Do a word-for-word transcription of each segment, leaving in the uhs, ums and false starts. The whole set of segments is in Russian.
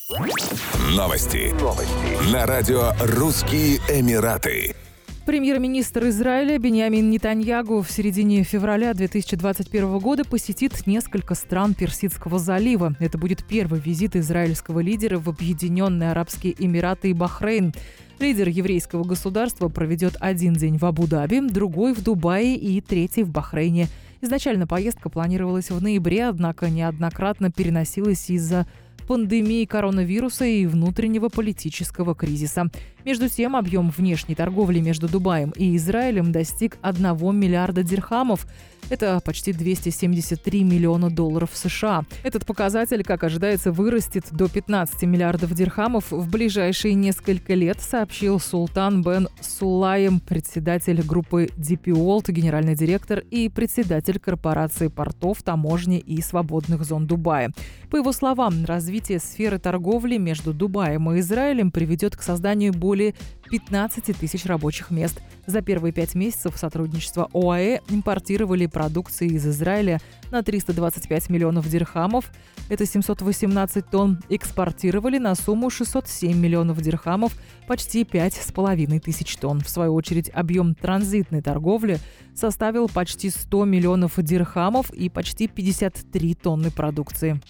Новости. Новости. На радио «Русские Эмираты». Премьер-министр Израиля Биньямин Нетаньягу в середине февраля две тысячи двадцать первого года посетит несколько стран Персидского залива. Это будет первый визит израильского лидера в Объединенные Арабские Эмираты и Бахрейн. Лидер еврейского государства проведет один день в Абу-Даби, другой в Дубае и третий в Бахрейне. Изначально поездка планировалась в ноябре, однако неоднократно переносилась из-за пандемии коронавируса и внутреннего политического кризиса. Между тем, объем внешней торговли между Дубаем и Израилем достиг одного миллиарда дирхамов. Это почти двести семьдесят три миллиона долларов США. Этот показатель, как ожидается, вырастет до пятнадцати миллиардов дирхамов в ближайшие несколько лет, сообщил Султан бен Сулайем, председатель группы ди пи World, генеральный директор и председатель корпорации портов, таможни и свободных зон Дубая. По его словам, развитие сферы торговли между Дубаем и Израилем приведет к созданию более пятнадцати тысяч рабочих мест. За первые пять месяцев сотрудничества ОАЭ импортировали продукции из Израиля на триста двадцать пять миллионов дирхамов, это семьсот восемнадцать тонн, экспортировали на сумму шестьсот семь миллионов дирхамов, почти пять с половиной тысяч тонн. В свою очередь, объем транзитной торговли составил почти сто миллионов дирхамов и почти пятьдесят три тонны продукции.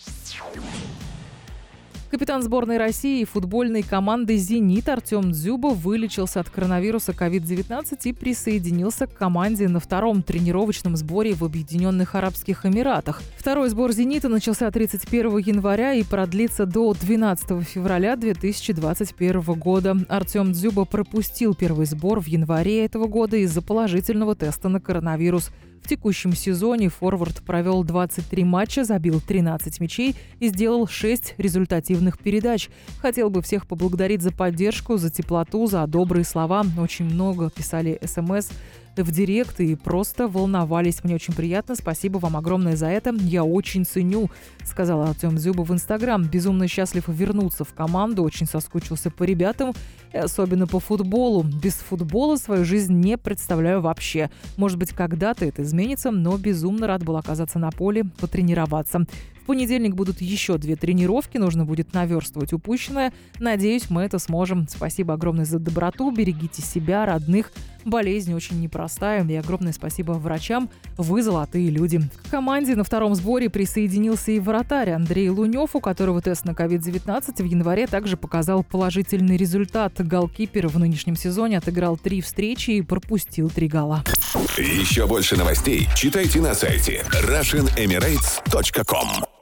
Капитан сборной России и футбольной команды «Зенит» Артем Дзюба вылечился от коронавируса ковид девятнадцать и присоединился к команде на втором тренировочном сборе в Объединенных Арабских Эмиратах. Второй сбор «Зенита» начался тридцать первого января и продлится до двенадцатого февраля две тысячи двадцать первого года. Артем Дзюба пропустил первый сбор в январе этого года из-за положительного теста на коронавирус. В текущем сезоне форвард провел двадцать три матча, забил тринадцать мячей и сделал шесть результативных передач. Хотел бы всех поблагодарить за поддержку, за теплоту, за добрые слова. Очень много писали смс в директ и просто волновались. Мне очень приятно. Спасибо вам огромное за это. Я очень ценю, сказал Артем Дзюба в Инстаграм. Безумно счастлив вернуться в команду. Очень соскучился по ребятам и особенно по футболу. Без футбола свою жизнь не представляю вообще. Может быть, когда-то это изменится, но безумно рад был оказаться на поле, потренироваться. В понедельник будут еще две тренировки, нужно будет наверстывать упущенное. Надеюсь, мы это сможем. Спасибо огромное за доброту, берегите себя, родных. Болезнь очень непростая, и огромное спасибо врачам. Вы золотые люди. К команде на втором сборе присоединился и вратарь Андрей Лунев, у которого тест на ковид девятнадцать в январе также показал положительный результат. Голкипер в нынешнем сезоне отыграл три встречи и пропустил три гола. Еще больше новостей читайте на сайте Russian Emirates точка ком.